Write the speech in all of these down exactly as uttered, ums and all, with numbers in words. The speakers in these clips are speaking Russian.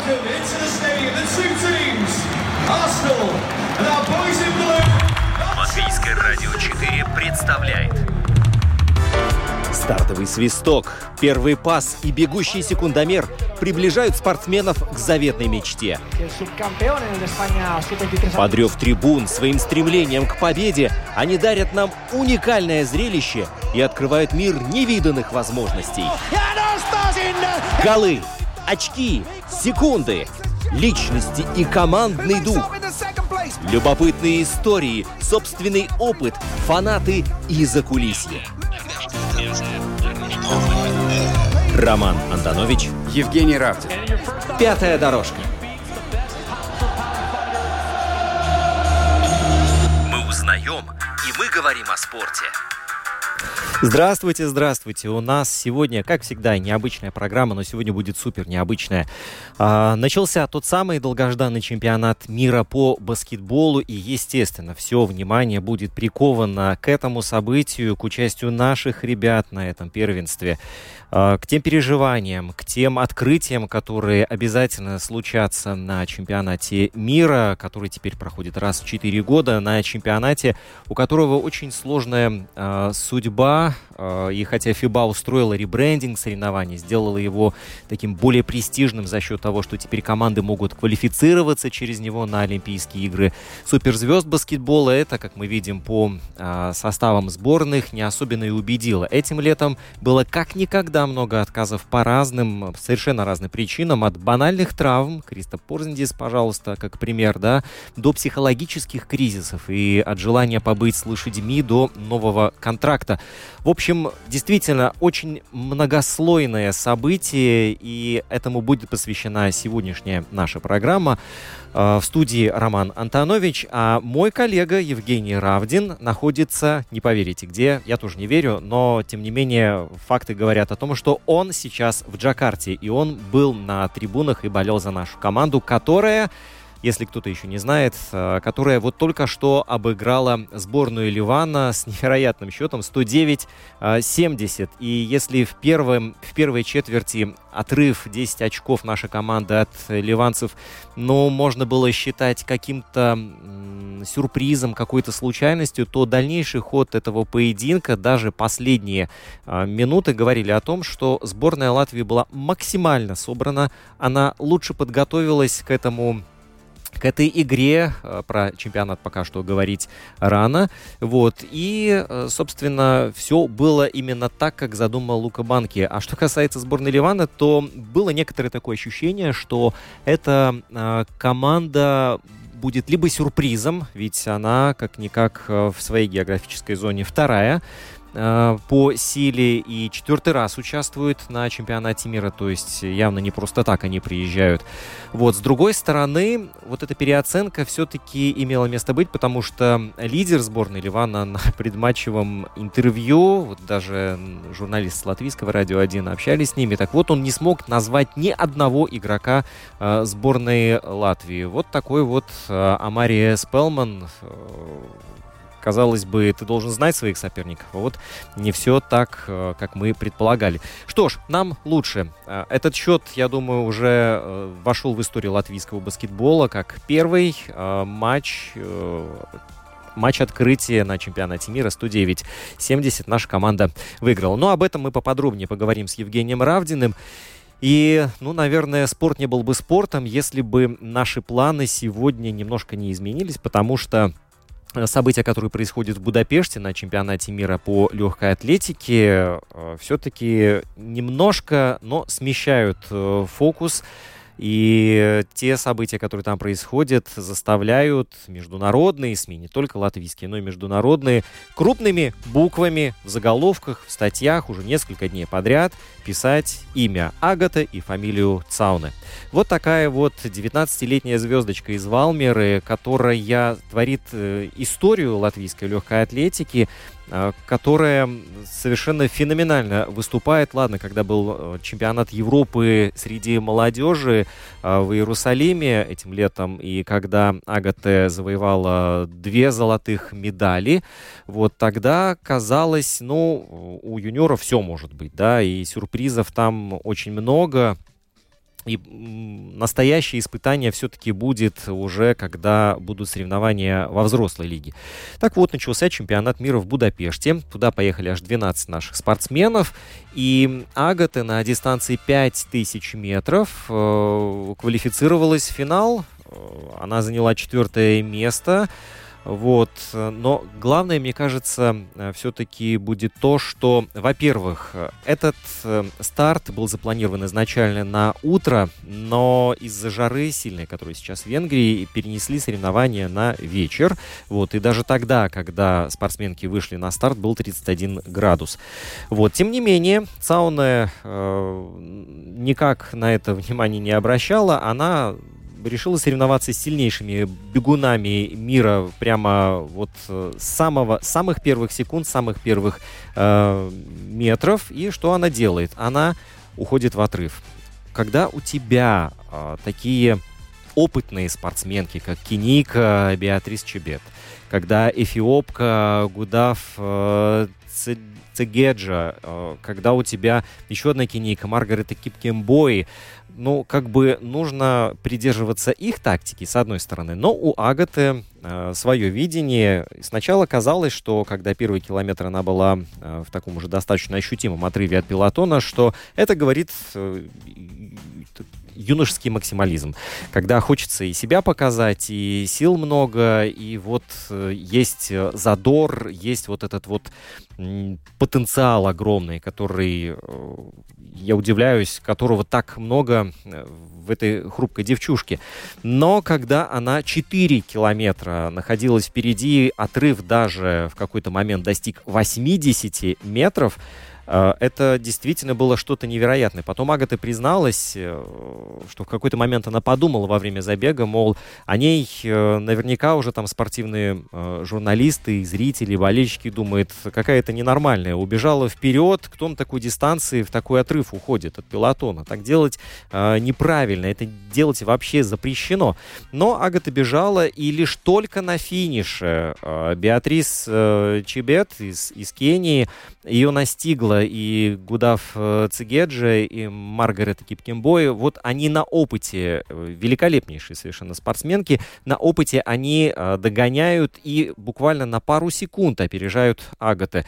welcome into the stadium the two teams, Arsenal and our boys in blue. Латвийское радио четыре представляет стартовый свисток, первый пас и бегущий секундомер приближают спортсменов к заветной мечте. Под рев трибун своим стремлением к победе они дарят нам уникальное зрелище и открывают мир невиданных возможностей. Голы, очки, секунды, личности и командный дух. Любопытные истории, собственный опыт, фанаты и закулисье. Роман Антонович, Евгений Равдин. Пятая дорожка. мы узнаем, и мы говорим о спорте. Здравствуйте, здравствуйте. У нас сегодня, как всегда, необычная программа, но сегодня будет супер необычная. А, начался тот самый долгожданный чемпионат мира по баскетболу, и, естественно, все внимание будет приковано к этому событию, к участию наших ребят на этом первенстве, а, к тем переживаниям, к тем открытиям, которые обязательно случатся на чемпионате мира, который теперь проходит раз в четыре года, на чемпионате, у которого очень сложная а, судьба. И хотя ФИБА устроила ребрендинг соревнований, сделала его таким более престижным за счет того, что теперь команды могут квалифицироваться через него на Олимпийские игры суперзвезд баскетбола, это, как мы видим по а, составам сборных, не особенно и убедило. Этим летом было как никогда много отказов по разным, совершенно разным причинам, от банальных травм, Кристо Порзингис, пожалуйста, как пример, да, до психологических кризисов и от желания побыть с лошадьми до нового контракта. В общем, действительно, очень многослойное событие, и этому будет посвящена сегодняшняя наша программа. В студии Роман Антонович, а мой коллега Евгений Равдин находится, не поверите где, я тоже не верю, но, тем не менее, факты говорят о том, что он сейчас в Джакарте, и он был на трибунах и болел за нашу команду, которая... Если кто-то еще не знает, которая вот только что обыграла сборную Ливана с невероятным счетом сто девять семьдесят. И если в, первом, в первой четверти отрыв десять очков наша команда от ливанцев, ну, можно было считать каким-то м- сюрпризом, какой-то случайностью, то дальнейший ход этого поединка, даже последние а, минуты говорили о том, что сборная Латвии была максимально собрана, она лучше подготовилась к этому к этой игре, про чемпионат пока что говорить рано, вот, и, собственно, все было именно так, как задумал Лука Банки. А что касается сборной Ливана, то было некоторое такое ощущение, что эта э, команда будет либо сюрпризом, ведь она, как-никак, в своей географической зоне вторая по силе и четвертый раз участвуют на чемпионате мира, то есть явно не просто так они приезжают. Вот, с другой стороны, вот эта переоценка все-таки имела место быть, потому что лидер сборной Ливана на предматчевом интервью, вот даже журналисты с Латвийского радио один общались с ними, так вот, он не смог назвать ни одного игрока э, сборной Латвии. Вот такой вот э, Амари Спелман. э, Казалось бы, ты должен знать своих соперников, а вот не все так, как мы предполагали. Что ж, нам лучше. Этот счет, я думаю, уже вошел в историю латвийского баскетбола как первый матч, матч открытия на чемпионате мира сто девять семьдесят наша команда выиграла. Но об этом мы поподробнее поговорим с Евгением Равдиным. И, ну, наверное, спорт не был бы спортом, если бы наши планы сегодня немножко не изменились, потому что события, которые происходят в Будапеште на чемпионате мира по легкой атлетике, все-таки немножко, но смещают фокус. И те события, которые там происходят, заставляют международные СМИ, не только латвийские, но и международные, крупными буквами в заголовках, в статьях уже несколько дней подряд писать имя Агата и фамилию Цауне. Вот такая вот девятнадцатилетняя звездочка из Валмеры, которая творит э, историю латвийской легкой атлетики, э, которая совершенно феноменально выступает. Ладно, когда был чемпионат Европы среди молодежи э, в Иерусалиме этим летом, и когда Агата завоевала две золотых медали, вот тогда казалось, ну, у юниоров все может быть, да, и сюрпризов там очень много. И настоящее испытание все-таки будет уже, когда будут соревнования во взрослой лиге. Так вот, начался чемпионат мира в Будапеште. Туда поехали аж двенадцать наших спортсменов. И Агата на дистанции пять тысяч метров э, квалифицировалась в финал. Она заняла четвертое место. Вот. Но главное, мне кажется, все-таки будет то, что, во-первых, этот старт был запланирован изначально на утро, но из-за жары сильной, которая сейчас в Венгрии, перенесли соревнования на вечер. Вот. И даже тогда, когда спортсменки вышли на старт, был тридцать один градус. Вот. Тем не менее, Цауне э, никак на это внимание не обращала. Она решила соревноваться с сильнейшими бегунами мира прямо вот с самого, самых первых секунд, самых первых э, метров. И что она делает? Она уходит в отрыв. Когда у тебя э, такие опытные спортсменки, как Киника, Беатрис Чебет, когда эфиопка Гудаф э, Цегеджа, э, когда у тебя еще одна Киника, Маргарета Кипкембой, ну, как бы нужно придерживаться их тактики, с одной стороны. Но у Агаты э, свое видение. Сначала казалось, что когда первый километр она была э, в таком уже достаточно ощутимом отрыве от пелотона, что это говорит э, юношеский максимализм. Когда хочется и себя показать, и сил много, и вот э, есть задор, есть вот этот вот м, потенциал огромный, который... Э, я удивляюсь, которого так много в этой хрупкой девчушке. Но когда она четыре километра находилась впереди, отрыв даже в какой-то момент достиг восемьдесят метров, это действительно было что-то невероятное. Потом Агата призналась, что в какой-то момент она подумала во время забега, мол, о ней наверняка уже там спортивные журналисты, зрители, болельщики думают, какая-то ненормальная. Убежала вперед, кто на такой дистанции в такой отрыв уходит от пелотона. Так делать неправильно, это делать вообще запрещено. Но Агата бежала, и лишь только на финише Беатрис Чебет из, из Кении ее настигла и Гудаф Цегеджа, и Маргарета Кипкембой. Вот они на опыте, великолепнейшие совершенно спортсменки, на опыте они догоняют и буквально на пару секунд опережают Агаты.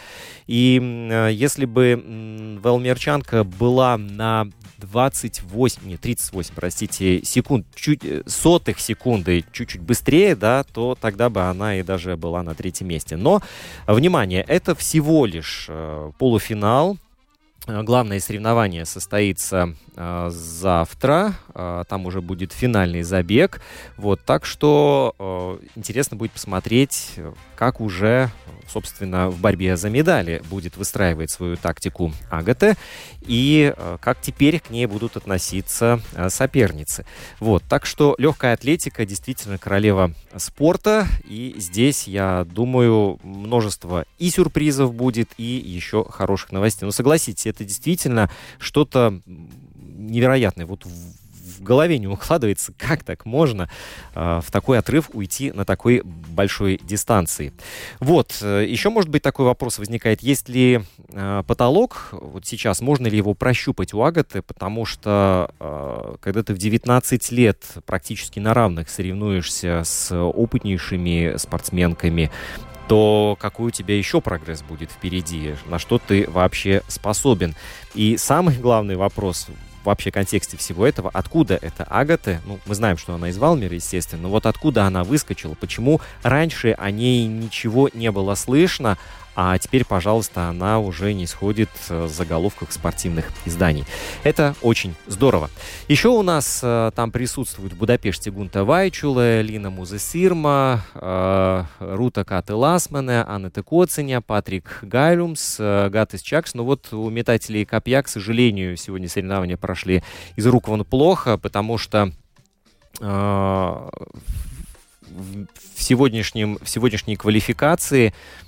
И если бы Велмерчанка была на двадцать восемь, нет, тридцать восемь, простите, секунд, чуть, сотых секунды чуть-чуть быстрее, да, то тогда бы она и даже была на третьем месте. Но, внимание, это всего лишь э, полуфинал. Главное соревнование состоится э, завтра. Э, там уже будет финальный забег. Вот, так что э, интересно будет посмотреть, как уже, собственно, в борьбе за медали будет выстраивать свою тактику Агата и э, как теперь к ней будут относиться э, соперницы. Вот, так что легкая атлетика действительно королева спорта. И здесь, я думаю, множество и сюрпризов будет, и еще хороших новостей. Но согласитесь, это действительно что-то невероятное. Вот в, в голове не укладывается, как так можно э, в такой отрыв уйти на такой большой дистанции. Вот, э, еще, может быть, такой вопрос возникает. Есть ли э, потолок вот сейчас, можно ли его прощупать у Агаты? Потому что э, когда ты в девятнадцать лет практически на равных соревнуешься с опытнейшими спортсменками, то какой у тебя еще прогресс будет впереди, на что ты вообще способен. И самый главный вопрос в вообще контексте всего этого, откуда это Агата, ну, мы знаем, что она из Валмира, естественно, но вот откуда она выскочила, почему раньше о ней ничего не было слышно, а теперь, пожалуйста, она уже не сходит в заголовках спортивных изданий. Это очень здорово. Еще у нас э, там присутствуют в Будапеште Гунта Вайчуле, Лина Музесирма, э, Рута Каты Ласмане, Анна Коценя, Патрик Гайлюмс, э, Гатис Чакс. Но вот у метателей копья, к сожалению, сегодня соревнования прошли из рук вон плохо, потому что э, в, сегодняшнем, в сегодняшней квалификации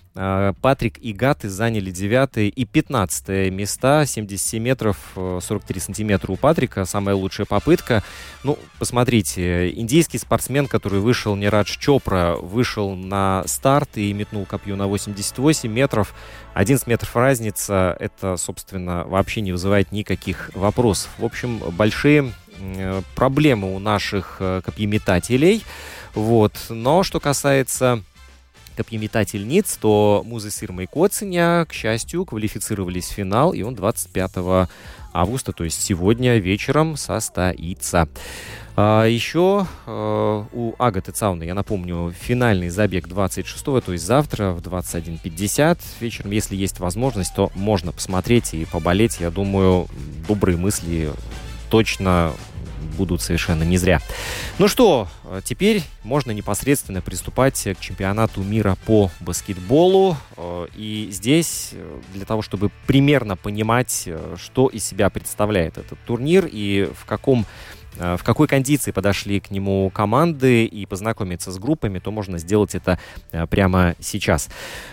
Патрик и Гаты заняли девятое и пятнадцатое места. семьдесят семь метров сорок три сантиметра у Патрика. Самая лучшая попытка. Ну, посмотрите, индийский спортсмен, который вышел, Нирадж Чопра, вышел на старт и метнул копье на восемьдесят восемь метров. одиннадцать метров разница. Это, собственно, вообще не вызывает никаких вопросов. В общем, большие проблемы у наших копьеметателей. Вот. Но что касается копьеметательниц, то Муза Сирма и Коциня, к счастью, квалифицировались в финал, и он двадцать пятого августа, то есть сегодня вечером, состоится. А еще э, у Агаты Цауны, я напомню, финальный забег двадцать шестого, то есть завтра в двадцать один пятьдесят вечером. Если есть возможность, то можно посмотреть и поболеть. Я думаю, добрые мысли точно будут совершенно не зря. Ну что, теперь можно непосредственно приступать к чемпионату мира по баскетболу. И здесь, для того, чтобы примерно понимать, что из себя представляет этот турнир и в каком в какой кондиции подошли к нему команды и познакомиться с группами, то можно сделать это прямо сейчас.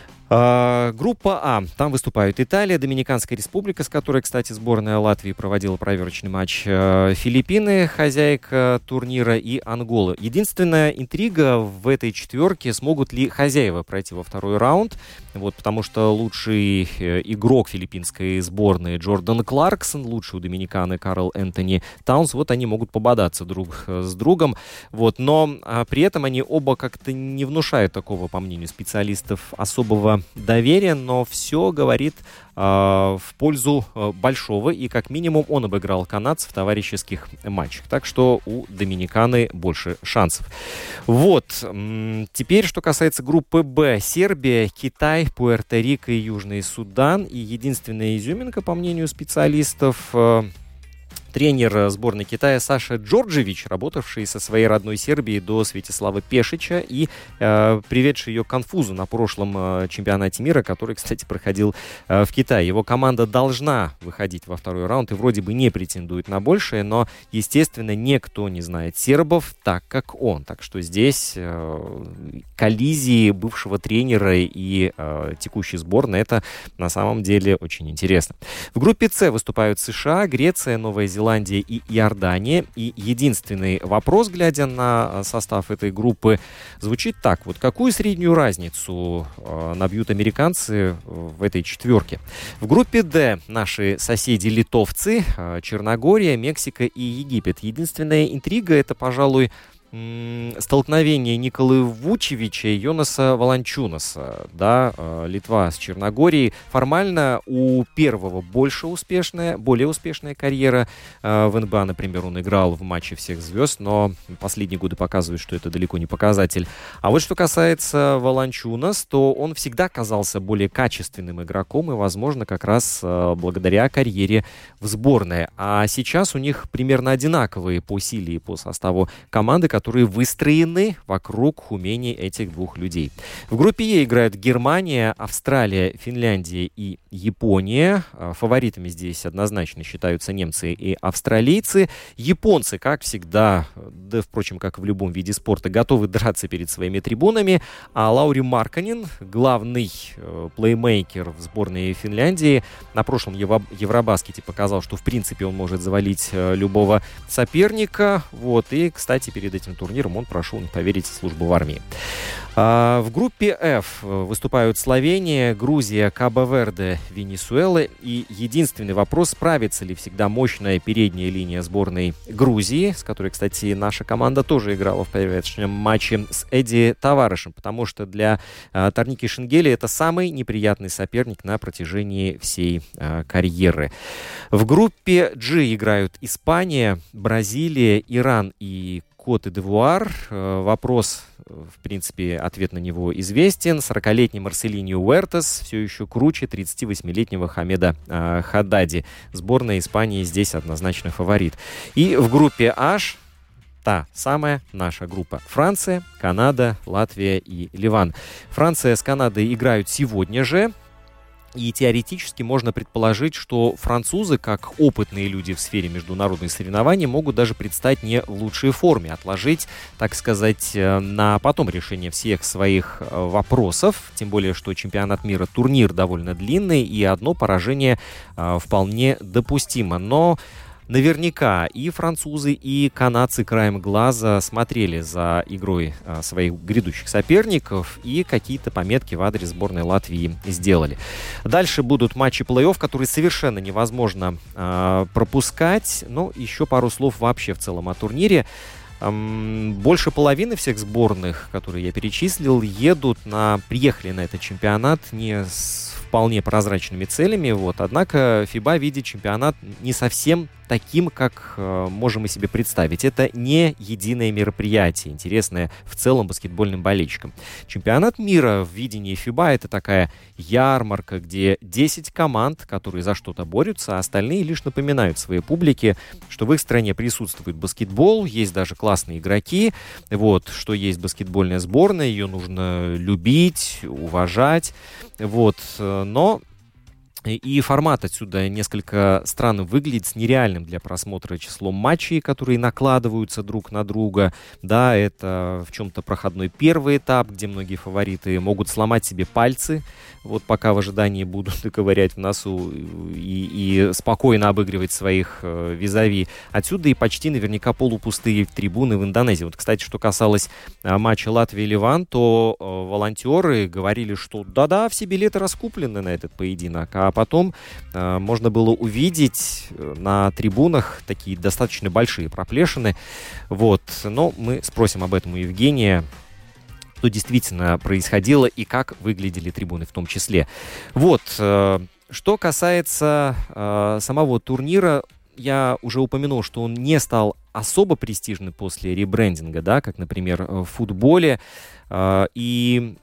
Uh, группа А. Там выступают Италия, Доминиканская республика, с которой, кстати, сборная Латвии проводила проверочный матч, uh, Филиппины, хозяйка турнира, и Ангола. Единственная интрига в этой четверке: смогут ли хозяева пройти во второй раунд, вот, потому что лучший uh, игрок филиппинской сборной Джордан Кларксон, лучший у Доминиканы Карл Энтони Таунс, вот они могут пободаться друг с другом, вот, но uh, при этом они оба как-то не внушают такого, по мнению специалистов, особого доверия, но все говорит э, в пользу э, большого, и как минимум он обыграл канадцев в товарищеских матчах. Так что у Доминиканы больше шансов. Вот. М- теперь, что касается группы Б. Сербия, Китай, Пуэрто-Рико и Южный Судан. И единственная изюминка, по мнению специалистов, э, тренер сборной Китая Саша Джорджевич, работавший со своей родной Сербией до Святослава Пешича и э, приведший ее к конфузу на прошлом э, чемпионате мира, который, кстати, проходил э, в Китае. Его команда должна выходить во второй раунд и вроде бы не претендует на большее, но, естественно, никто не знает сербов так, как он. Так что здесь э, коллизии бывшего тренера и э, текущей сборной — это на самом деле очень интересно. В группе С выступают США, Греция, Новая Зеландия и Иордания. И единственный вопрос, глядя на состав этой группы, звучит так. Вот какую среднюю разницу э, набьют американцы в этой четверке? В группе Д наши соседи-литовцы, э, Черногория, Мексика и Египет. Единственная интрига — это, пожалуй, столкновение Николы Вучевича и Йонаса Волончунаса. Да, Литва с Черногорией. Формально у первого больше успешная, более успешная карьера. В эн бэ а, например, он играл в матче всех звезд, но последние годы показывают, что это далеко не показатель. А вот что касается Волончунас, то он всегда казался более качественным игроком, и, возможно, как раз благодаря карьере в сборной. А сейчас у них примерно одинаковые по силе и по составу команды, которые выстроены вокруг умений этих двух людей. В группе Е играют Германия, Австралия, Финляндия и Япония. Фаворитами здесь однозначно считаются немцы и австралийцы. Японцы, как всегда, да, впрочем, как и в любом виде спорта, готовы драться перед своими трибунами. А Лаури Маркканен, главный э, плеймейкер в сборной Финляндии, на прошлом Евро- Евробаскете показал, что в принципе он может завалить э, любого соперника. Вот. И, кстати, перед этим турниром он прошел, не поверите, службу в армии. А, в группе F выступают Словения, Грузия, Кабо-Верде, Венесуэла. И единственный вопрос: справится ли всегда мощная передняя линия сборной Грузии, с которой, кстати, наша команда тоже играла в проверочном матче с Эдди Таварышем, потому что для а, Торники Шенгели это самый неприятный соперник на протяжении всей а, карьеры. В группе G играют Испания, Бразилия, Иран и Кот-д'Ивуар. Вопрос, в принципе, ответ на него известен. сорокалетний Марселиньо Уэртес все еще круче тридцативосьмилетнего Хамеда э, Хаддади. Сборная Испании здесь однозначно фаворит. И в группе H та самая наша группа. Франция, Канада, Латвия и Ливан. Франция с Канадой играют сегодня же. И теоретически можно предположить, что французы, как опытные люди в сфере международных соревнований, могут даже предстать не в лучшей форме, отложить, так сказать, на потом решение всех своих вопросов. Тем более, что чемпионат мира, турнир довольно длинный, и одно поражение э, вполне допустимо. Но наверняка и французы, и канадцы краем глаза смотрели за игрой а, своих грядущих соперников и какие-то пометки в адрес сборной Латвии сделали. Дальше будут матчи плей-офф, которые совершенно невозможно а, пропускать. Ну, еще пару слов вообще в целом о турнире. Эм, больше половины всех сборных, которые я перечислил, едут на, приехали на этот чемпионат не с вполне прозрачными целями. Вот. Однако ФИБА видит чемпионат не совсем таким, как э, можем мы себе представить. Это не единое мероприятие, интересное в целом баскетбольным болельщикам. Чемпионат мира в видении ФИБА — это такая ярмарка, где десять команд, которые за что-то борются, а остальные лишь напоминают своей публике, что в их стране присутствует баскетбол, есть даже классные игроки, вот, что есть баскетбольная сборная, ее нужно любить, уважать, вот, но и формат отсюда несколько странно выглядит, с нереальным для просмотра числом матчей, которые накладываются друг на друга. Да, это в чем-то проходной первый этап, где многие фавориты могут сломать себе пальцы, вот пока в ожидании будут ковырять в носу и, и спокойно обыгрывать своих э, визави. Отсюда и почти наверняка полупустые трибуны в Индонезии. Вот, кстати, что касалось э, матча Латвия-Ливан, то э, волонтеры говорили, что да-да, все билеты раскуплены на этот поединок, а потом э, можно было увидеть на трибунах такие достаточно большие проплешины. Вот. Но мы спросим об этом у Евгения, что действительно происходило и как выглядели трибуны в том числе. Вот. Э, что касается э, самого турнира, я уже упомянул, что он не стал особо престижным после ребрендинга, да, как, например, в футболе. Э, и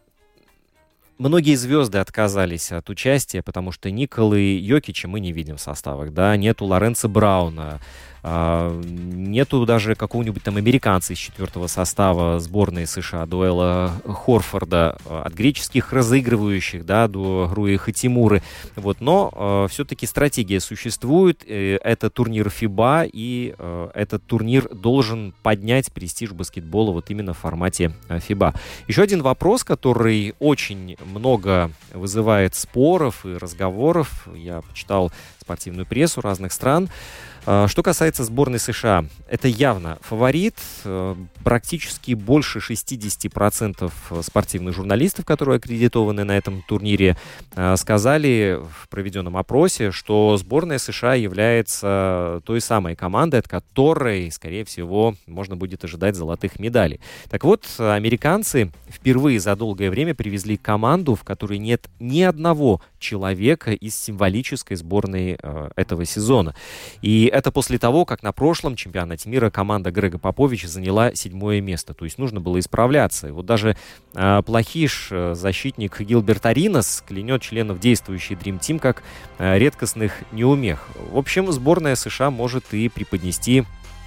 многие звезды отказались от участия, потому что Николы Йокича мы не видим в составах, да, нету Лоренцо Брауна, а, нету даже какого-нибудь там американца из четвертого состава сборной США, Дуэла Хорфорда, от греческих разыгрывающих, да, до Груи Хатимуры, вот, но а, все-таки стратегия существует, это турнир ФИБА, и а, этот турнир должен поднять престиж баскетбола вот именно в формате а, ФИБА. Еще один вопрос, который очень много вызывает споров и разговоров, я почитал спортивную прессу разных стран. Что касается сборной США, это явно фаворит. Практически больше шестьдесят процентов спортивных журналистов, которые аккредитованы на этом турнире, сказали в проведенном опросе, что сборная США является той самой командой, от которой, скорее всего, можно будет ожидать золотых медалей. Так вот, американцы впервые за долгое время привезли команду, в которой нет ни одного человека из символической сборной э, этого сезона. И это после того, как на прошлом чемпионате мира команда Грега Поповича заняла седьмое место. То есть нужно было исправляться. И вот даже э, плохиш, э, защитник Гилберт Аринас, клянет членов действующей Dream Team как э, редкостных неумех. В общем, сборная США может и преподнести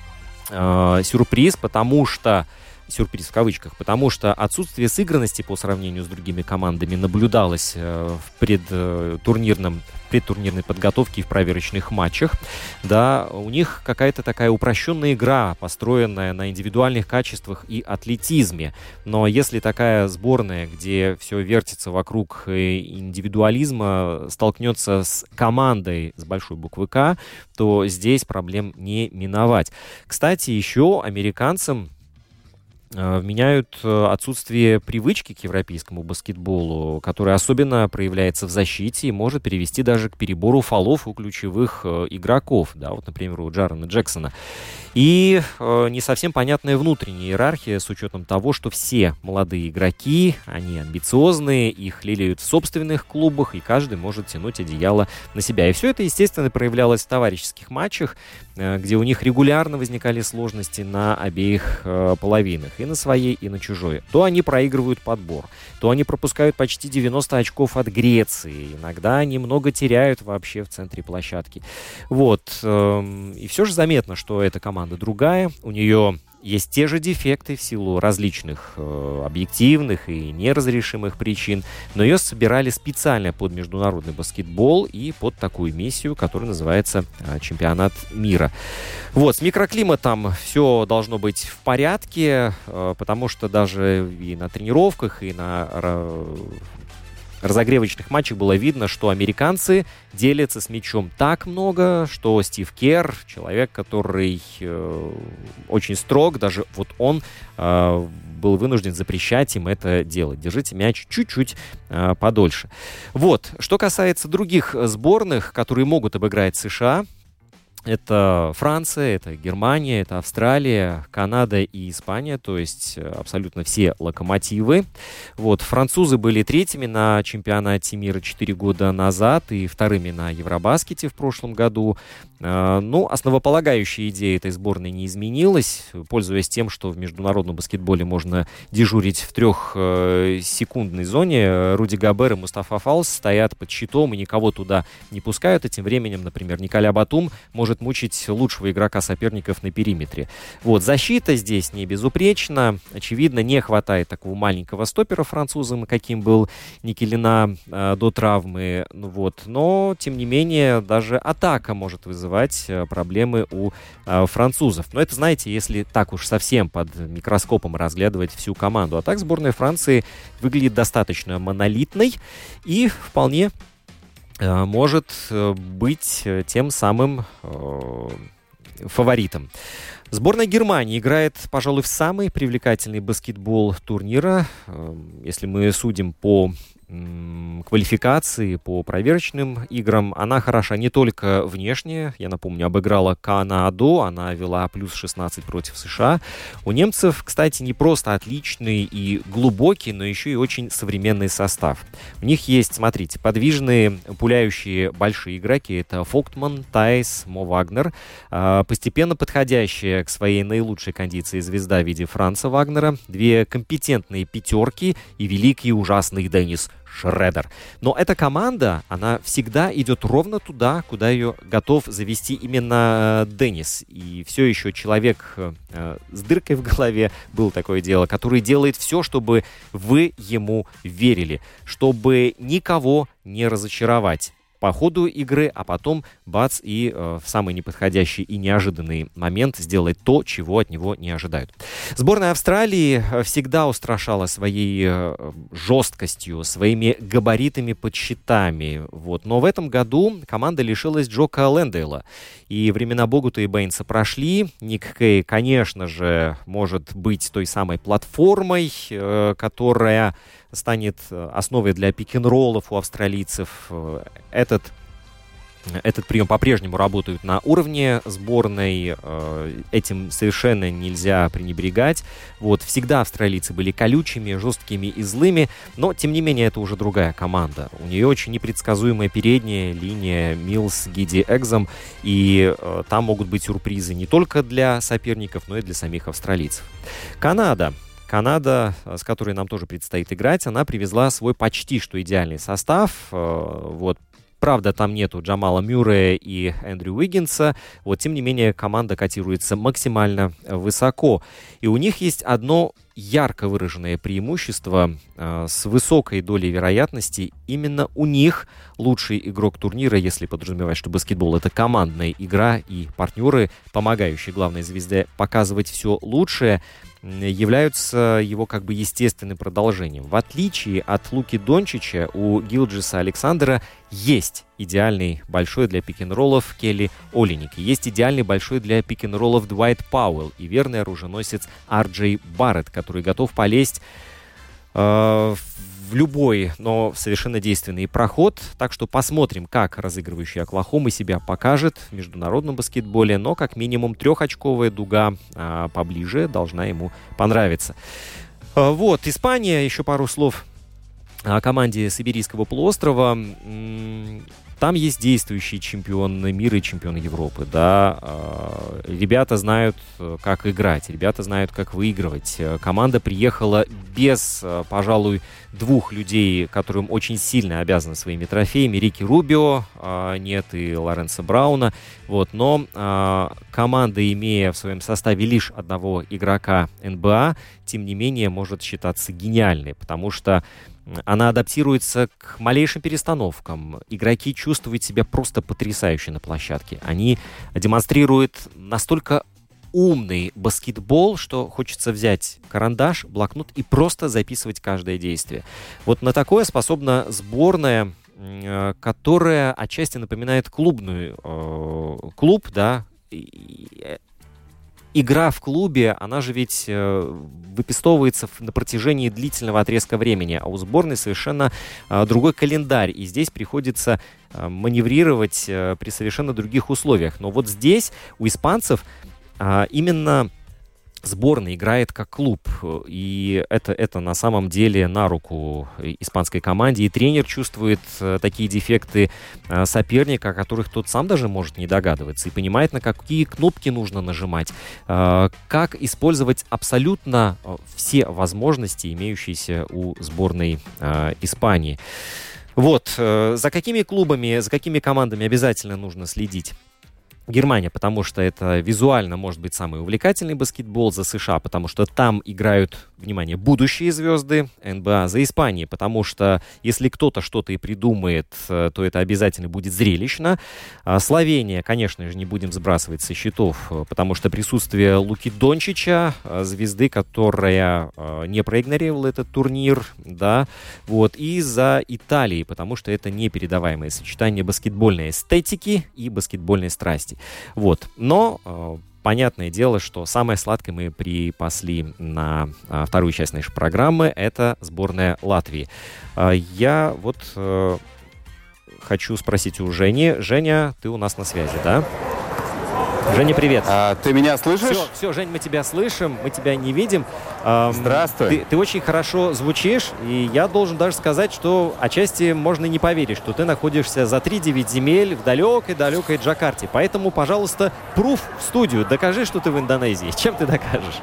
э, сюрприз, потому что сюрприз в кавычках, потому что отсутствие сыгранности по сравнению с другими командами наблюдалось в предтурнирном, предтурнирной подготовке и в проверочных матчах. Да, у них какая-то такая упрощенная игра, построенная на индивидуальных качествах и атлетизме. Но если такая сборная, где все вертится вокруг индивидуализма, столкнется с командой с большой буквы «К», то здесь проблем не миновать. Кстати, еще американцам вменяют отсутствие привычки к европейскому баскетболу, которая особенно проявляется в защите и может привести даже к перебору фолов у ключевых игроков, да, вот, например, у Джарена Джексона. И э, не совсем понятная внутренняя иерархия с учетом того, что все молодые игроки, они амбициозные, их лелеют в собственных клубах, и каждый может тянуть одеяло на себя. И все это, естественно, проявлялось в товарищеских матчах, э, где у них регулярно возникали сложности на обеих э, половинах, и на своей, и на чужой. То они проигрывают подбор, то они пропускают почти девяносто очков от Греции, иногда они много теряют вообще в центре площадки. Вот. Э, и все же заметно, что эта команда другая, у нее есть те же дефекты в силу различных э, объективных и неразрешимых причин, но ее собирали специально под международный баскетбол и под такую миссию, которая называется э, чемпионат мира. Вот, с микроклиматом все должно быть в порядке, э, потому что даже и на тренировках, и на э, разогревочных матчах было видно, что американцы делятся с мячом так много, что Стив Керр, человек, который э, очень строг, даже вот он э, был вынужден запрещать им это делать. Держите мяч чуть-чуть э, подольше. Вот. Что касается других сборных, которые могут обыграть США, это Франция, это Германия, это Австралия, Канада и Испания, то есть абсолютно все локомотивы. Вот, французы были третьими на чемпионате мира четыре года назад и вторыми на Евробаскете в прошлом году. Ну, основополагающая идея этой сборной не изменилась. Пользуясь тем, что в международном баскетболе можно дежурить в трехсекундной зоне, Руди Гобер и Мустафа Фалс стоят под щитом и никого туда не пускают. И тем временем, например, Николя Батум может мучить лучшего игрока соперников на периметре. Вот, защита здесь не безупречна. Очевидно, не хватает такого маленького стопера французам, каким был Никелина э, до травмы. Ну, вот. Но, тем не менее, даже атака может вызывать э, проблемы у э, французов. Но это, знаете, если так уж совсем под микроскопом разглядывать всю команду. А так сборная Франции выглядит достаточно монолитной и вполне может быть тем самым э, фаворитом. Сборная Германии играет, пожалуй, в самый привлекательный баскетбол турнира. Э, если мы судим по м, квалификации, по проверочным играм, она хороша не только внешне. Я напомню, обыграла Канаду, она вела плюс шестнадцать против США. У немцев, кстати, не просто отличный и глубокий, но еще и очень современный состав. У них есть, смотрите, подвижные, пуляющие большие игроки. Это Фолктман, Тайс, Мо Вагнер. Постепенно подходящая к своей наилучшей кондиции звезда в виде Франца Вагнера. Две компетентные пятерки и великий и ужасный Деннис Шредер. Но эта команда, она всегда идет ровно туда, куда ее готов завести именно Деннис. И все еще человек э, с дыркой в голове, было такое дело, который делает все, чтобы вы ему верили, чтобы никого не разочаровать по ходу игры, а потом бац, и э, в самый неподходящий и неожиданный момент сделать то, чего от него не ожидают. Сборная Австралии всегда устрашала своей э, жесткостью, своими габаритами под щитами. Вот. Но в этом году команда лишилась Джока Лэндейла. И времена Богута и Бэйнса прошли. Ник Кей, конечно же, может быть той самой платформой, э, которая станет основой для пик-н-роллов у австралийцев. Этот, этот прием по-прежнему работает на уровне сборной. Этим совершенно нельзя пренебрегать. Вот, всегда австралийцы были колючими, жесткими и злыми, но, тем не менее, это уже другая команда. У нее очень непредсказуемая передняя линия Милс, Гиди, Экзам, и э, там могут быть сюрпризы не только для соперников, но и для самих австралийцев. Канада. Канада, с которой нам тоже предстоит играть, она привезла свой почти что идеальный состав. Вот. Правда, там нету Джамала Мюррея и Эндрю Уиггинса. Вот, тем не менее, команда котируется максимально высоко. И у них есть одно ярко выраженное преимущество э, с высокой долей вероятности. Именно у них лучший игрок турнира, если подразумевать, что баскетбол — это командная игра, и партнеры, помогающие главной звезде показывать все лучшее, являются его как бы естественным продолжением. В отличие от Луки Дончича, у Гилджеса Александера есть идеальный большой для пик-н-роллов Келли Олейник. Есть идеальный большой для пик-н-роллов Дуайт Пауэлл и верный оруженосец Ар Джей Барретт, который готов полезть э, в любой, но совершенно действенный проход. Так что посмотрим, как разыгрывающий Оклахомы себя покажет в международном баскетболе. Но как минимум трехочковая дуга а, поближе должна ему понравиться. А, вот, Испания. Еще пару слов о команде с Иберийского полуострова. Там есть действующие чемпионы мира и чемпионы Европы, да. Ребята знают, как играть, ребята знают, как выигрывать. Команда приехала без, пожалуй, двух людей, которым очень сильно обязаны своими трофеями. Рики Рубио, нет, и Лоренцо Брауна. Вот. Но команда, имея в своем составе лишь одного игрока эн бэ а, тем не менее, может считаться гениальной, потому что она адаптируется к малейшим перестановкам. Игроки чувствуют себя просто потрясающе на площадке. Они демонстрируют настолько умный баскетбол, что хочется взять карандаш, блокнот и просто записывать каждое действие. Вот на такое способна сборная, которая отчасти напоминает клубную э, клуб, да. Игра в клубе, она же ведь э, выпистовывается на протяжении длительного отрезка времени, а у сборной совершенно э, другой календарь, и здесь приходится э, маневрировать э, при совершенно других условиях. Но вот здесь у испанцев э, именно сборная играет как клуб, и это, это на самом деле на руку испанской команде, и тренер чувствует э, такие дефекты э, соперника, о которых тот сам даже может не догадываться, и понимает, на какие кнопки нужно нажимать, э, как использовать абсолютно все возможности, имеющиеся у сборной э, Испании. Вот, э, за какими клубами, за какими командами обязательно нужно следить? Германия, потому что это визуально может быть самый увлекательный баскетбол, за США, потому что там играют, внимание, будущие звезды эн бэ а, за Испанией, потому что если кто-то что-то и придумает, то это обязательно будет зрелищно. Словения, конечно же, не будем сбрасывать со счетов, потому что присутствие Луки Дончича, звезды, которая не проигнорировала этот турнир, да, вот, и за Италией, потому что это непередаваемое сочетание баскетбольной эстетики и баскетбольной страсти. Вот. Но э, понятное дело, что самое сладкое мы припасли на э, вторую часть нашей программы. Это сборная Латвии. Э, я вот э, хочу спросить у Жени. Женя, ты у нас на связи, да? Женя, привет. А, ты меня слышишь? Все, все, Жень, мы тебя слышим, мы тебя не видим. Эм, Здравствуй. Ты, ты очень хорошо звучишь, и я должен даже сказать, что отчасти можно не поверить, что ты находишься за три девять земель в далекой-далекой Джакарте. Поэтому, пожалуйста, пруф в студию. Докажи, что ты в Индонезии. Чем ты докажешь?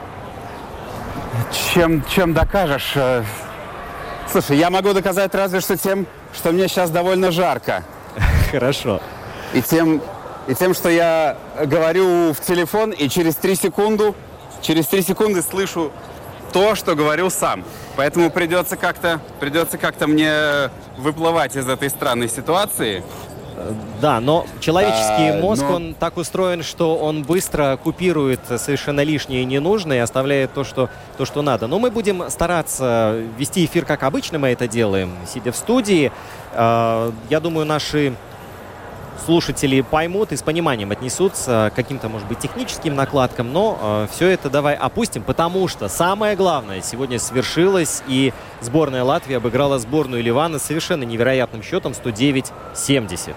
Чем, чем докажешь? Слушай, я могу доказать разве что тем, что мне сейчас довольно жарко. Хорошо. И тем... И тем, что я говорю в телефон, и через три секунды, через три секунды слышу то, что говорил сам. Поэтому придется как-то, придется как-то мне выплывать из этой странной ситуации. Да, но человеческий а, мозг, но... он так устроен, что он быстро купирует совершенно лишнее и ненужное и оставляет то, что, то, что надо. Но мы будем стараться вести эфир, как обычно мы это делаем, сидя в студии. Я думаю, наши слушатели поймут и с пониманием отнесутся к каким-то, может быть, техническим накладкам, но э, все это давай опустим, потому что самое главное сегодня свершилось, и сборная Латвии обыграла сборную Ливана совершенно невероятным счетом сто девять семьдесят.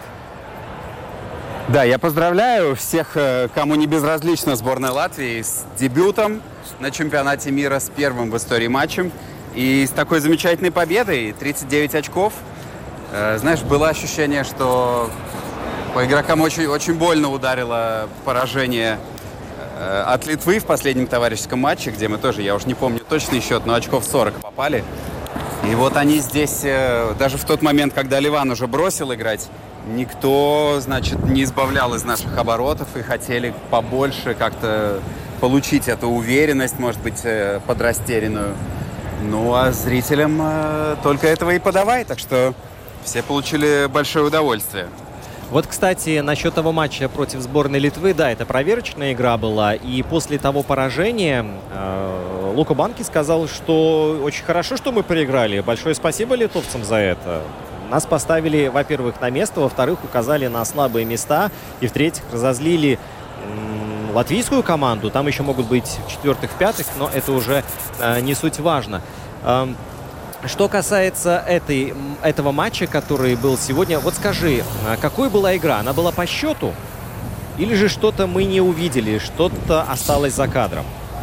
Да, я поздравляю всех, кому не безразлична сборная Латвии, с дебютом на чемпионате мира, с первым в истории матчем и с такой замечательной победой, тридцать девять очков. Э, знаешь, было ощущение, что по игрокам очень, очень больно ударило поражение э, от Литвы в последнем товарищеском матче, где мы тоже, я уж не помню точный счет, но очков сорок попали. И вот они здесь, э, даже в тот момент, когда Ливан уже бросил играть, никто, значит, не избавлял из наших оборотов и хотели побольше как-то получить эту уверенность, может быть, э, подрастерянную. Ну, а зрителям э, только этого и подавай, так что все получили большое удовольствие. Вот, кстати, насчет того матча против сборной Литвы, да, это проверочная игра была, и после того поражения э, Лука Банки сказал, что очень хорошо, что мы проиграли, большое спасибо литовцам за это. Нас поставили, во-первых, на место, во-вторых, указали на слабые места, и, в-третьих, разозлили м- латвийскую команду, там еще могут быть в-четвертых, в-пятых, но это уже э, не суть важно. Э, Что касается этой, этого матча, который был сегодня, вот скажи, какой была игра? Она была по счету? Или же что-то мы не увидели, что-то осталось за кадром?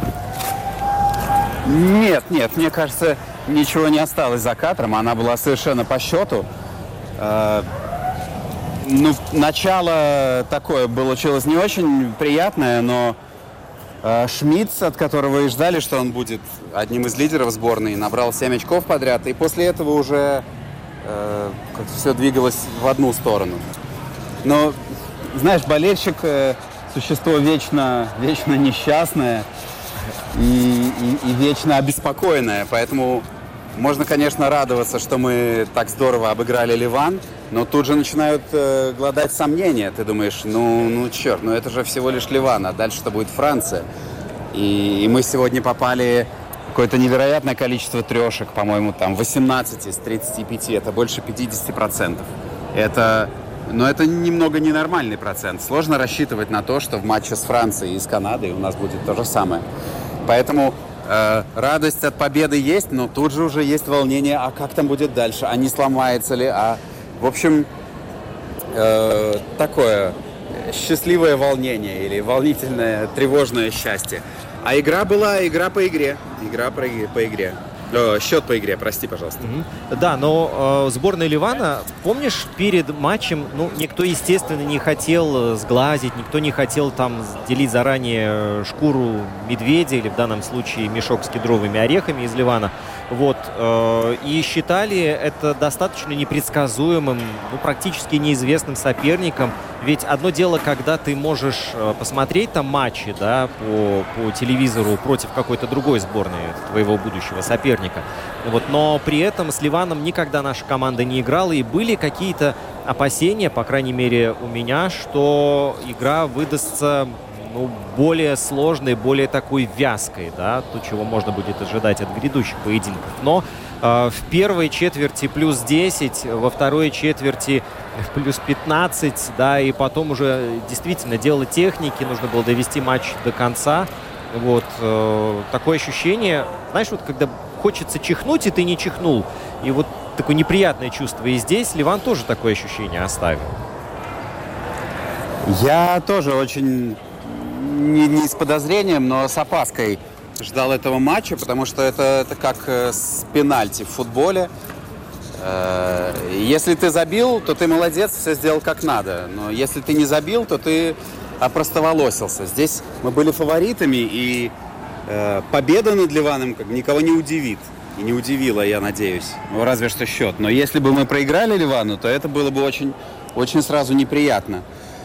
Нет, нет, мне кажется, ничего не осталось за кадром. Она была совершенно по счету. ну, начало такое получилось не очень приятное, но э, Шмидц, от которого и ждали, что он будет одним из лидеров сборной, набрал семь очков подряд, и после этого уже э, как-то все двигалось в одну сторону. Но, знаешь, болельщик э, существо вечно, вечно несчастное и, и, и вечно обеспокоенное, поэтому можно, конечно, радоваться, что мы так здорово обыграли Ливан, но тут же начинают э, глодать сомнения. Ты думаешь, ну, ну черт, ну это же всего лишь Ливан, а дальше-то будет Франция. И, и мы сегодня попали в какое-то невероятное количество трешек, по-моему, там восемнадцать из тридцати пяти, это больше пятьдесят процентов. Это, но это немного ненормальный процент. Сложно рассчитывать на то, что в матче с Францией и с Канадой у нас будет то же самое. Поэтому э, радость от победы есть, но тут же уже есть волнение, а как там будет дальше, а не сломается ли, а... В общем, э, такое счастливое волнение или волнительное, тревожное счастье. А игра была игра по игре. Игра по, по игре. О, счет по игре, прости, пожалуйста. Mm-hmm. Да, но э, сборная Ливана, помнишь, перед матчем, ну, никто, естественно, не хотел сглазить, никто не хотел там делить заранее шкуру медведя или в данном случае мешок с кедровыми орехами из Ливана. Вот, э, и считали это достаточно непредсказуемым, ну, практически неизвестным соперником. Ведь одно дело, когда ты можешь э, посмотреть там матчи, да, по, по телевизору против какой-то другой сборной твоего будущего соперника. Вот, но при этом с Ливаном никогда наша команда не играла, и были какие-то опасения, по крайней мере у меня, что игра выдастся, ну, более сложной, более такой вязкой, да, то, чего можно будет ожидать от грядущих поединков. Но э, в первой четверти плюс десять, во второй четверти плюс пятнадцать, да, и потом уже действительно дело техники, нужно было довести матч до конца. Вот, э, такое ощущение, знаешь, вот когда хочется чихнуть, и ты не чихнул, и вот такое неприятное чувство. И здесь Ливан тоже такое ощущение оставил. Я тоже очень... Не, не с подозрением, но с опаской ждал этого матча, потому что это, это как с пенальти в футболе. Если ты забил, то ты молодец, все сделал как надо. Но если ты не забил, то ты опростоволосился. Здесь мы были фаворитами, и победа над Ливаном как никого не удивит. И не удивила, я надеюсь. Ну, разве что счет. Но если бы мы проиграли Ливану, то это было бы очень, очень сразу неприятно.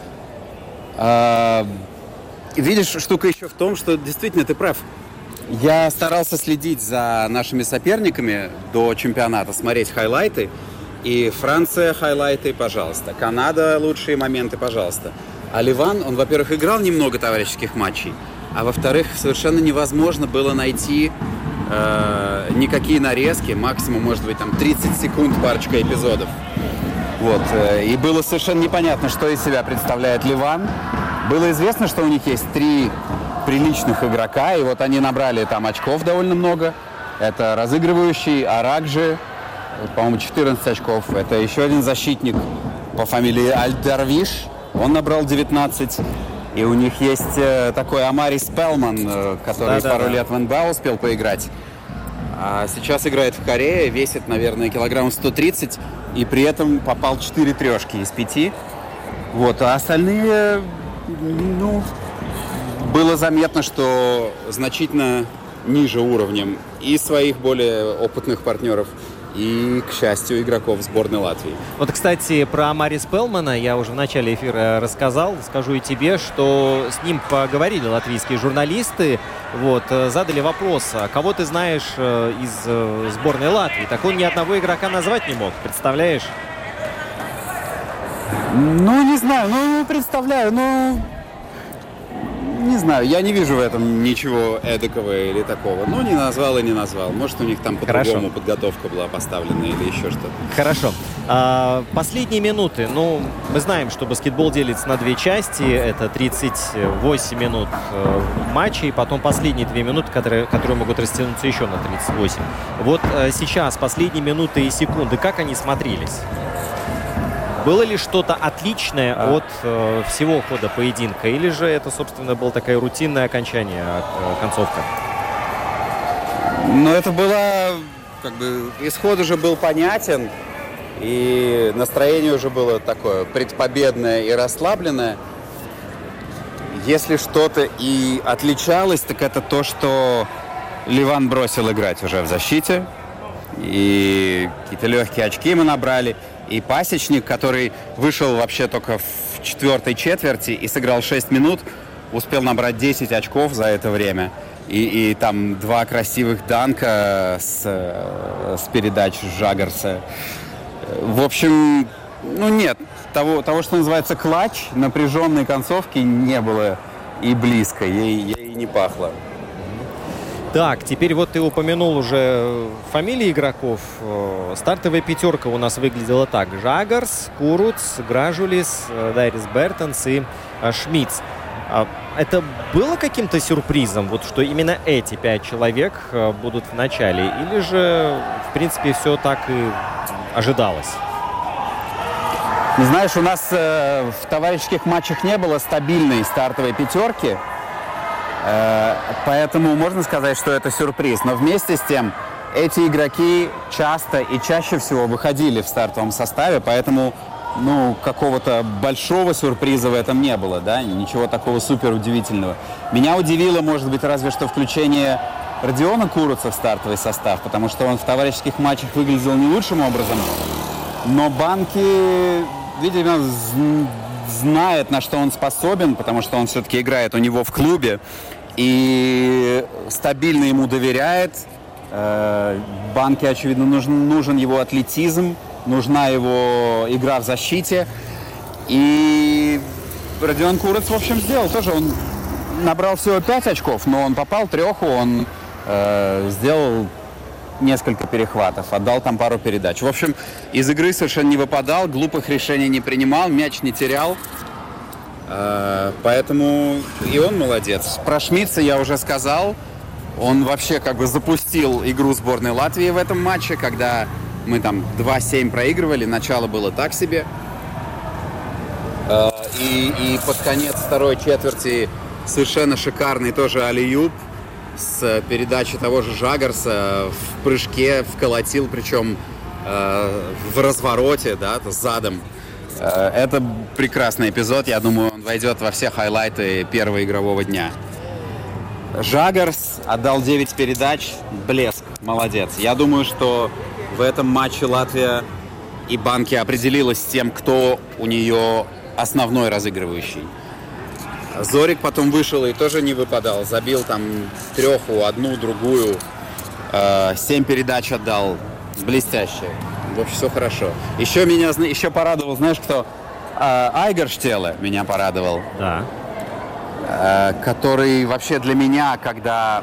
Видишь, штука еще в том, что действительно ты прав. Я старался следить за нашими соперниками до чемпионата, смотреть хайлайты. И Франция хайлайты, пожалуйста. Канада лучшие моменты, пожалуйста. А Ливан, он, во-первых, играл немного товарищеских матчей, а во-вторых, совершенно невозможно было найти э, никакие нарезки. Максимум, может быть, там тридцать секунд, парочка эпизодов. Вот. И было совершенно непонятно, что из себя представляет Ливан. Было известно, что у них есть три приличных игрока, и вот они набрали там очков довольно много. Это разыгрывающий Аракджи, по-моему, четырнадцать очков. Это еще один защитник по фамилии Аль-Дарвиш, он набрал девятнадцать. И у них есть такой Амари Спелман, который да, пару да, лет да. в эн бэ а успел поиграть. А сейчас играет в Корее, весит, наверное, килограмм сто тридцать, и при этом попал четыре трешки из пяти. Вот, а остальные... Ну, было заметно, что значительно ниже уровнем и своих более опытных партнеров, и, к счастью, игроков сборной Латвии. Вот, кстати, про Амари Спелмана я уже в начале эфира рассказал. Скажу и тебе, что с ним поговорили латвийские журналисты. Вот, задали вопрос, а кого ты знаешь из сборной Латвии? Так он ни одного игрока назвать не мог, представляешь? Ну, не знаю, ну, представляю, ну, не знаю, я не вижу в этом ничего эдакого или такого. Ну, не назвал и не назвал. Может, у них там по-другому подготовка была поставлена или еще что-то. Хорошо. А, последние минуты. Ну, мы знаем, что баскетбол делится на две части. Это тридцать восемь минут э, матча, и потом последние две минуты, которые, которые могут растянуться еще на тридцать восемь. Вот э, сейчас последние минуты и секунды, как они смотрелись? Было ли что-то отличное а. от э, всего хода поединка? Или же это, собственно, было такое рутинное окончание, э, концовка? Ну, это было... Как бы исход уже был понятен. и настроение уже было такое предпобедное и расслабленное. Если что-то и отличалось, так это то, что Ливан бросил играть уже в защите, и какие-то легкие очки мы набрали, и Пасечник, который вышел вообще только в четвертой четверти и сыграл шесть минут, успел набрать десять очков за это время. И, и там два красивых данка с, с передач Жагарса. В общем, ну нет, того, того, что называется клатч, напряженной концовки не было и близко, ей, ей не пахло. Так, теперь вот ты упомянул уже фамилии игроков. Стартовая пятерка у нас выглядела так. Жагарс, Куруц, Гражулис, Дайрис Бертенс и Шмидц. Это было каким-то сюрпризом, вот что именно эти пять человек будут в начале? Или же, в принципе, все так и ожидалось? Знаешь, у нас э, в товарищеских матчах не было стабильной стартовой пятерки, э, поэтому можно сказать, что это сюрприз. Но вместе с тем эти игроки часто и чаще всего выходили в стартовом составе, поэтому ну, какого-то большого сюрприза в этом не было, да, ничего такого супер удивительного. Меня удивило, может быть, разве что включение Родиона Куруца в стартовый состав, потому что он в товарищеских матчах выглядел не лучшим образом, но Банки, видимо, знает, на что он способен, потому что он все-таки играет у него в клубе и стабильно ему доверяет. Банки, очевидно, нужен, нужен его атлетизм, нужна его игра в защите. И Родион Куруц, в общем, сделал тоже. Он набрал всего пять очков, но он попал треху, он э, сделал несколько перехватов, отдал там пару передач. В общем, из игры совершенно не выпадал, глупых решений не принимал, мяч не терял. Э, поэтому и он молодец. Про Шмидца я уже сказал. Он вообще как бы запустил игру сборной Латвии в этом матче, когда мы там два семь проигрывали, начало было так себе. И, и под конец второй четверти совершенно шикарный тоже алли-юп с передачи того же Жагарса в прыжке вколотил, причем э, в развороте, да, задом. Э, это прекрасный эпизод, я думаю, он войдет во все хайлайты первого игрового дня. Жагарс отдал девять передач, блеск, молодец. Я думаю, что в этом матче Латвия и Банки определилась с тем, кто у нее основной разыгрывающий. Зорик потом вышел и тоже не выпадал. Забил там треху, одну, другую. Э, семь передач отдал. Блестяще. В общем, все хорошо. Еще меня еще порадовал, знаешь кто? Э, Айгарштеле меня порадовал. Да. Э, который вообще для меня, когда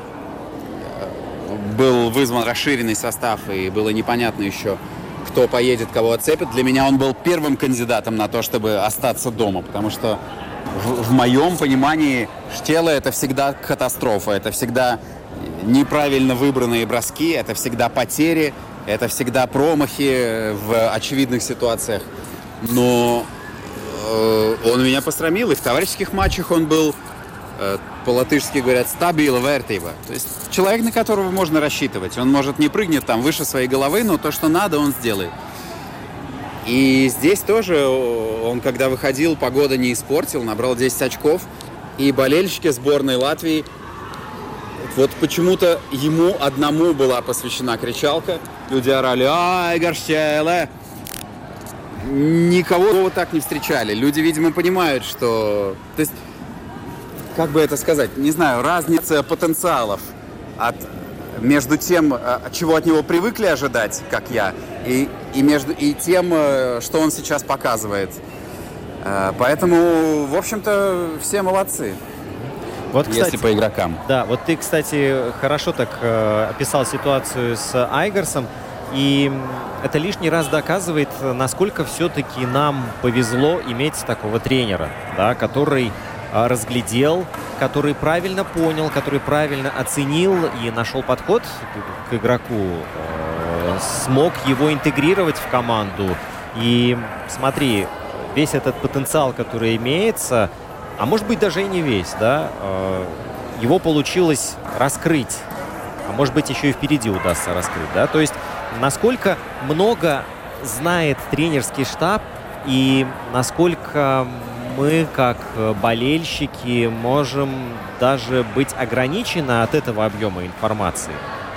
был вызван расширенный состав и было непонятно еще, кто поедет, кого отцепит, для меня он был первым кандидатом на то, чтобы остаться дома, потому что в, в моем понимании Штеле это всегда катастрофа, это всегда неправильно выбранные броски, это всегда потери, это всегда промахи в очевидных ситуациях. Но э, он меня посрамил, и в товарищеских матчах он был, э, по-латышски говорят, стабила вертива. То есть человек, на которого можно рассчитывать. Он, может, не прыгнет там выше своей головы, но то, что надо, он сделает. И здесь тоже он, когда выходил, погода не испортил, набрал десять очков. И болельщики сборной Латвии, вот почему-то ему одному была посвящена кричалка. Люди орали «Айгарштеле!». Никого вот так не встречали. Люди, видимо, понимают, что... То есть, как бы это сказать, не знаю, разница потенциалов от, между тем, чего от него привыкли ожидать, как я, и, и, между, и тем, что он сейчас показывает. Поэтому, в общем-то, все молодцы. Вот, кстати, если по игрокам. Да, вот ты, кстати, хорошо так э, описал ситуацию с Айгарсом. И это лишний раз доказывает, насколько все-таки нам повезло иметь такого тренера, да, который э, разглядел, который правильно понял, который правильно оценил и нашел подход к, к игроку, э, смог его интегрировать в команду. И смотри, весь этот потенциал, который имеется, а может быть даже и не весь, да, э, его получилось раскрыть. А может быть еще и впереди удастся раскрыть, да, то есть насколько много знает тренерский штаб и насколько мы, как болельщики, можем даже быть ограничены от этого объема информации?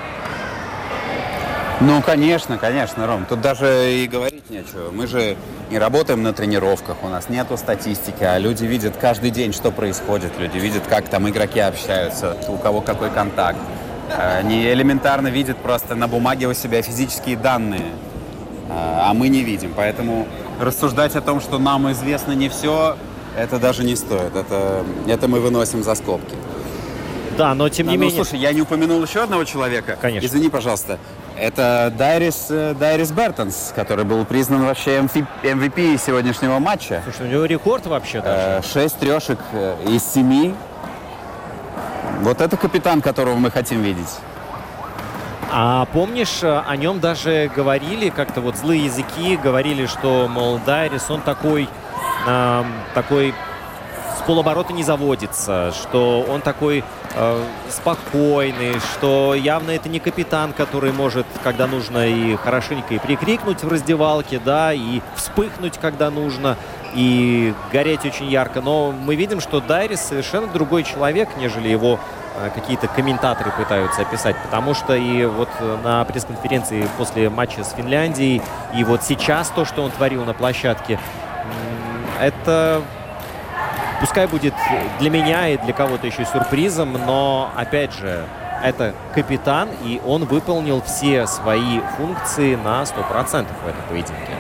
Ну, конечно, конечно, Ром. Тут даже и говорить нечего. Мы же не работаем на тренировках, у нас нету статистики, а люди видят каждый день, что происходит. Люди видят, как там игроки общаются, у кого какой контакт. Они элементарно видят просто на бумаге у себя физические данные, а мы не видим. Поэтому рассуждать о том, что нам известно не все, это даже не стоит. Это, это мы выносим за скобки. Да, но тем не а, ну, менее... Слушай, я не упомянул еще одного человека. Конечно. Извини, пожалуйста. Это Дайрис, Дайрис Бертонс, который был признан вообще эм ви пи сегодняшнего матча. Слушай, у него рекорд вообще даже. Шесть трешек из семи. Вот это капитан, которого мы хотим видеть. А помнишь, о нем даже говорили, как-то вот злые языки говорили, что, мол, Дайрис, он такой, э, такой с полоборота не заводится, что он такой э, спокойный, что явно это не капитан, который может, когда нужно, и хорошенько и прикрикнуть в раздевалке, да, и вспыхнуть, когда нужно, и гореть очень ярко. Но мы видим, что Дайрис совершенно другой человек, нежели его э, какие-то комментаторы пытаются описать. Потому что и вот на пресс-конференции после матча с Финляндией, и вот сейчас то, что он творил на площадке, это... Пускай будет для меня и для кого-то еще сюрпризом, но, опять же, это капитан, и он выполнил все свои функции на сто процентов в этом поединке.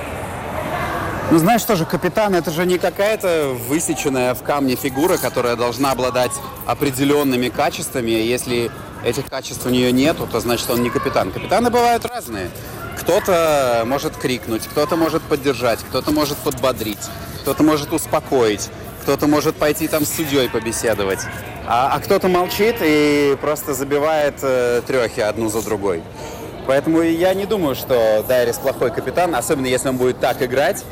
Ну, знаешь, что же, капитан — это же не какая-то высеченная в камне фигура, которая должна обладать определенными качествами. Если этих качеств у нее нету, то значит, он не капитан. Капитаны бывают разные. Кто-то может крикнуть, кто-то может поддержать, кто-то может подбодрить, кто-то может успокоить. Кто-то может пойти там с судьей побеседовать, а, а кто-то молчит и просто забивает э, трехи одну за другой. Поэтому я не думаю, что Дайрис плохой капитан, особенно если он будет так играть.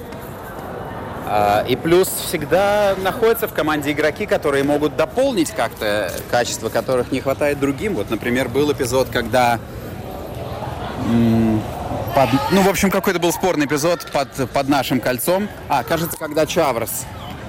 А, и плюс всегда находятся в команде игроки, которые могут дополнить как-то качества, которых не хватает другим. Вот, например, был эпизод, когда... М- под, ну, в общем, какой-то был спорный эпизод под, под нашим кольцом. А, кажется, когда Чаврс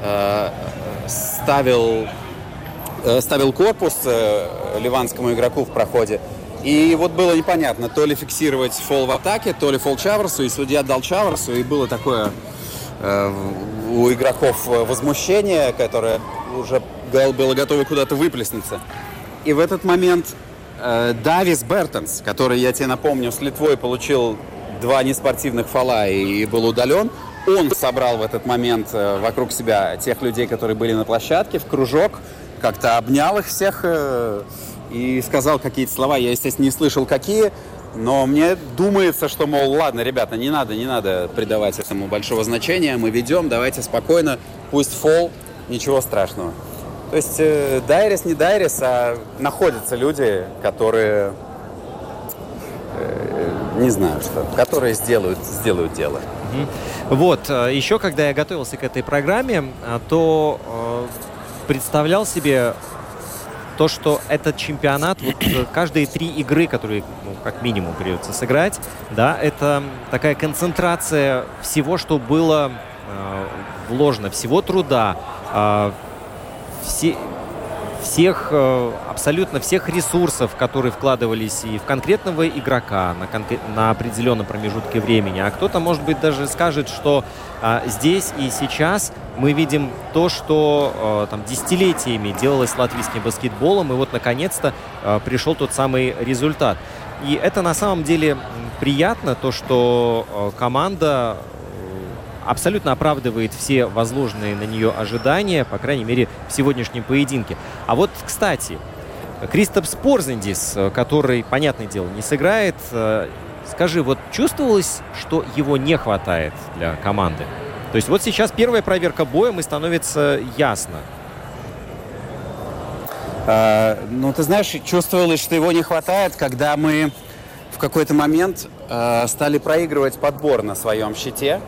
ставил, ставил корпус ливанскому игроку в проходе. И вот было непонятно, то ли фиксировать фол в атаке, то ли фол Чаврсу, и судья дал Чаврсу, и было такое э, у игроков возмущение, которое уже было готово куда-то выплеснуться. И в этот момент э, Давис Бертонс, который, я тебе напомню, с Литвой получил два неспортивных фола и был удален, он собрал в этот момент э, вокруг себя тех людей, которые были на площадке, в кружок, как-то обнял их всех э, и сказал какие-то слова. Я, естественно, не слышал, какие, но мне думается, что, мол, ладно, ребята, не надо, не надо придавать этому большого значения, мы ведем, давайте спокойно, пусть фол, ничего страшного. То есть э, Дайрис не Дайрис, а находятся люди, которые, э, не знаю что, которые сделают, сделают дело. Вот, еще когда я готовился к этой программе, то э, представлял себе то, что этот чемпионат, вот, каждые три игры, которые, ну, как минимум придется сыграть, да, это такая концентрация всего, что было э, вложено, всего труда, э, все, всех, э, абсолютно всех ресурсов, которые вкладывались и в конкретного игрока на, конкрет, на определенном промежутке времени. А кто-то, может быть, даже скажет, что э, здесь и сейчас мы видим то, что э, там, десятилетиями делалось с латвийским баскетболом, и вот, наконец-то, э, пришел тот самый результат. И это, на самом деле, приятно, то, что э, команда абсолютно оправдывает все возложенные на нее ожидания, по крайней мере, в сегодняшнем поединке. А вот, кстати, Кристапс Порзингис, который, понятное дело, не сыграет, скажи, вот чувствовалось, что его не хватает для команды? То есть вот сейчас первая проверка боем, и становится ясно. А, ну, ты знаешь, чувствовалось, что его не хватает, когда мы в какой-то момент а, стали проигрывать подбор на своем щите.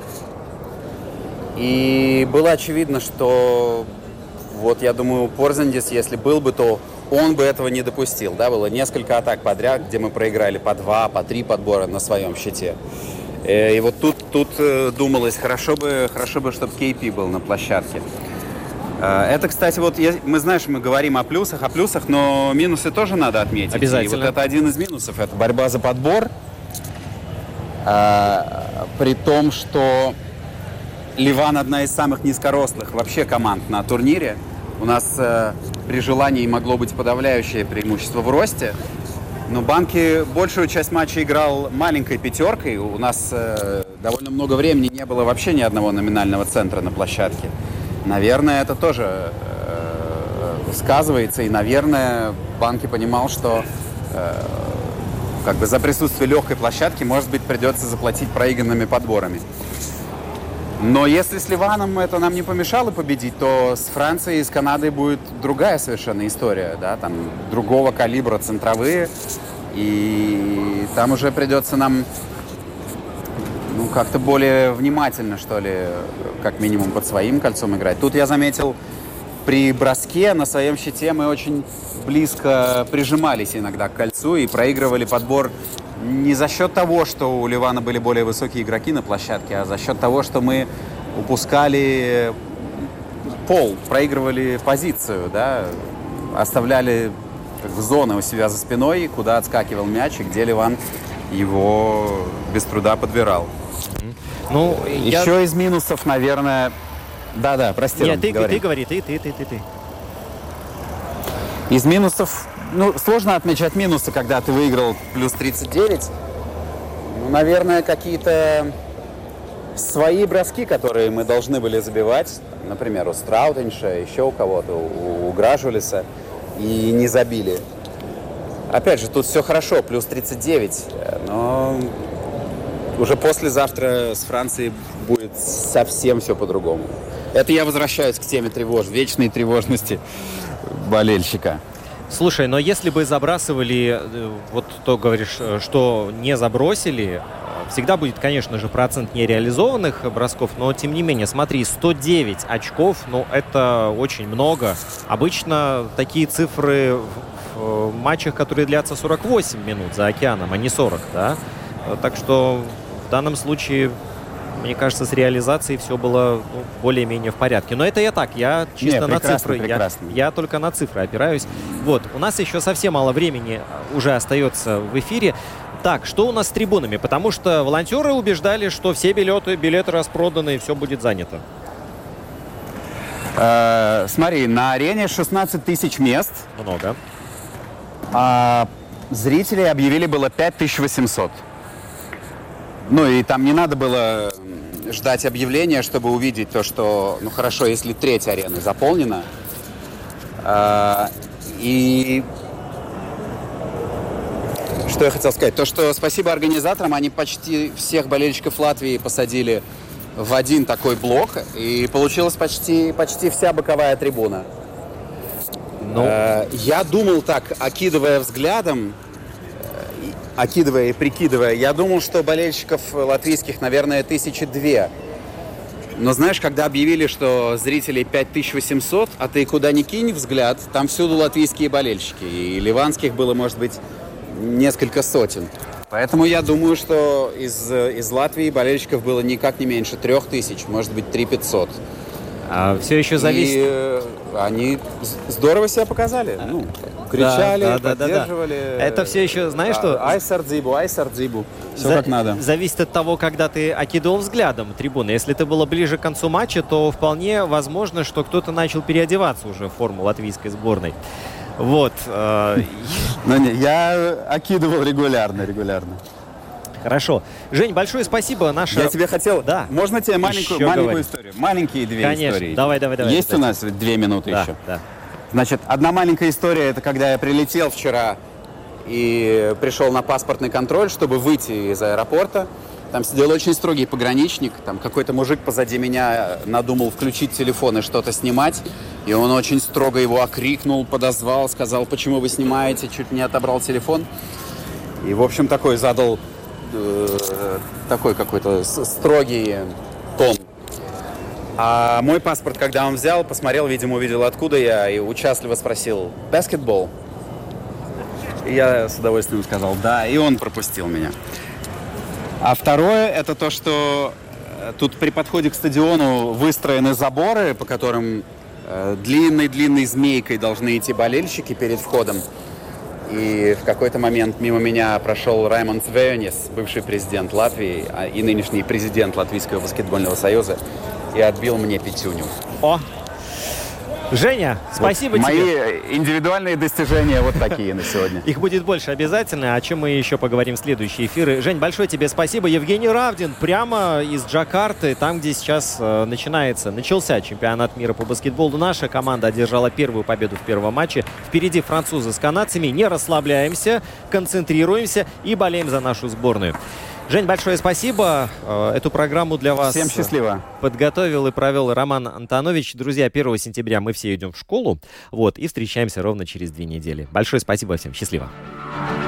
И было очевидно, что, вот я думаю, Порзингис, если был бы, то он бы этого не допустил. Да? Было несколько атак подряд, где мы проиграли по два, по три подбора на своем щите. И вот тут, тут думалось, хорошо бы, хорошо бы, чтобы кей пи был на площадке. Это, кстати, вот мы, знаешь, мы говорим о плюсах, о плюсах, но минусы тоже надо отметить. Обязательно. И вот это один из минусов, это борьба за подбор. А, при том, что Ливан одна из самых низкорослых вообще команд на турнире. У нас э, при желании могло быть подавляющее преимущество в росте. Но Банки большую часть матча играл маленькой пятеркой. У нас э, довольно много времени не было вообще ни одного номинального центра на площадке. Наверное, это тоже э, сказывается. И, наверное, Банки понимал, что э, как бы за присутствие легкой площадки, может быть, придется заплатить проигранными подборами. Но если с Ливаном это нам не помешало победить, то с Францией и с Канадой будет другая совершенно история. Да? Там другого калибра центровые. И там уже придется нам ну, как-то более внимательно, что ли, как минимум под своим кольцом играть. Тут я заметил, при броске на своем щите мы очень близко прижимались иногда к кольцу и проигрывали подбор не за счет того, что у Ливана были более высокие игроки на площадке, а за счет того, что мы упускали пол, проигрывали позицию, да, оставляли как бы зоны у себя за спиной, куда отскакивал мяч, и где Ливан его без труда подбирал. Ну, Еще я... из минусов, наверное... Да-да, прости, Нет, ты, говори. ты говори, ты, ты, ты, ты, ты. Из минусов... Ну, сложно отмечать минусы, когда ты выиграл плюс тридцать девять. Ну, наверное, какие-то свои броски, которые мы должны были забивать. Например, у Страутинша, еще у кого-то, у, у Гражулиса. И не забили. Опять же, тут все хорошо, плюс тридцать девять. Но уже послезавтра с Францией будет совсем все по-другому. Это я возвращаюсь к теме тревож, вечной тревожности болельщика. Слушай, но если бы забрасывали, вот то говоришь, что не забросили, всегда будет, конечно же, процент нереализованных бросков, но тем не менее, смотри, сто девять очков, ну это очень много. Обычно такие цифры в, в матчах, которые длятся сорок восемь минут за океаном, а не сорок, да? Так что в данном случае... Мне кажется, с реализацией все было ну, более-менее в порядке. Но это я так, я чисто Не, на цифры. Я, я только на цифры опираюсь. Вот, у нас еще совсем мало времени уже остается в эфире. Так, что у нас с трибунами? Потому что волонтеры убеждали, что все билеты, билеты распроданы и все будет занято. Э, смотри, на арене шестнадцать тысяч мест. Много. А зрителей объявили было пять тысяч восемьсот. Ну и там не надо было ждать объявления, чтобы увидеть то, что, ну хорошо, если треть арены заполнена. А, и что я хотел сказать? То, что спасибо организаторам, они почти всех болельщиков Латвии посадили в один такой блок, и получилась почти, почти вся боковая трибуна. Ну. А, я думал так, окидывая взглядом, окидывая и прикидывая, я думал, что болельщиков латвийских, наверное, тысячи две. Но знаешь, когда объявили, что зрителей пять тысяч восемьсот, а ты куда ни кинь взгляд, там всюду латвийские болельщики. И ливанских было, может быть, несколько сотен. Поэтому я думаю, что из, из Латвии болельщиков было никак не меньше трех тысяч, может быть, три тысячи пятьсот. А все еще зависит... И они здорово себя показали. Ну, кричали, да, да, поддерживали. Да, да. Это все еще, знаешь, что... Айсардзибу, айсардзибу. Все За... как надо. Зависит от того, когда ты окидывал взглядом трибуны. Если ты было ближе к концу матча, то вполне возможно, что кто-то начал переодеваться уже в форму латвийской сборной. Вот. Но не, я окидывал регулярно, регулярно. Хорошо. Жень, большое спасибо. Наша... Я тебе хотел... Да. Можно тебе маленькую, маленькую историю? Маленькие две Конечно. истории. Давай, давай, давай. Есть у нас две минуты да, еще? Да. Значит, одна маленькая история, это когда я прилетел вчера и пришел на паспортный контроль, чтобы выйти из аэропорта. Там сидел очень строгий пограничник, там какой-то мужик позади меня надумал включить телефон и что-то снимать. И он очень строго его окрикнул, подозвал, сказал, почему вы снимаете, чуть не отобрал телефон. И, в общем, такой задал э, такой какой-то строгий тон. А мой паспорт, когда он взял, посмотрел, видимо, увидел, откуда я, и участливо спросил, баскетбол? И я с удовольствием сказал, да, и он пропустил меня. А второе, это то, что тут при подходе к стадиону выстроены заборы, по которым э, длинной-длинной змейкой должны идти болельщики перед входом. И в какой-то момент мимо меня прошел Раймондс Вейонис, бывший президент Латвии и нынешний президент Латвийского баскетбольного союза, и отбил мне пятюню. О! Женя, спасибо вот тебе. Мои индивидуальные достижения вот такие на сегодня. Их будет больше обязательно, о чем мы еще поговорим в следующие эфиры. Жень, большое тебе спасибо. Евгений Равдин прямо из Джакарты, там, где сейчас э, начинается, начался чемпионат мира по баскетболу. Наша команда одержала первую победу в первом матче. Впереди французы с канадцами. Не расслабляемся, концентрируемся и болеем за нашу сборную. Жень, большое спасибо. Эту программу для вас Всем счастливо. Подготовил и провел Роман Антонович. Друзья, первого сентября мы все идем в школу. Вот, и встречаемся ровно через две недели. Большое спасибо всем. Счастливо.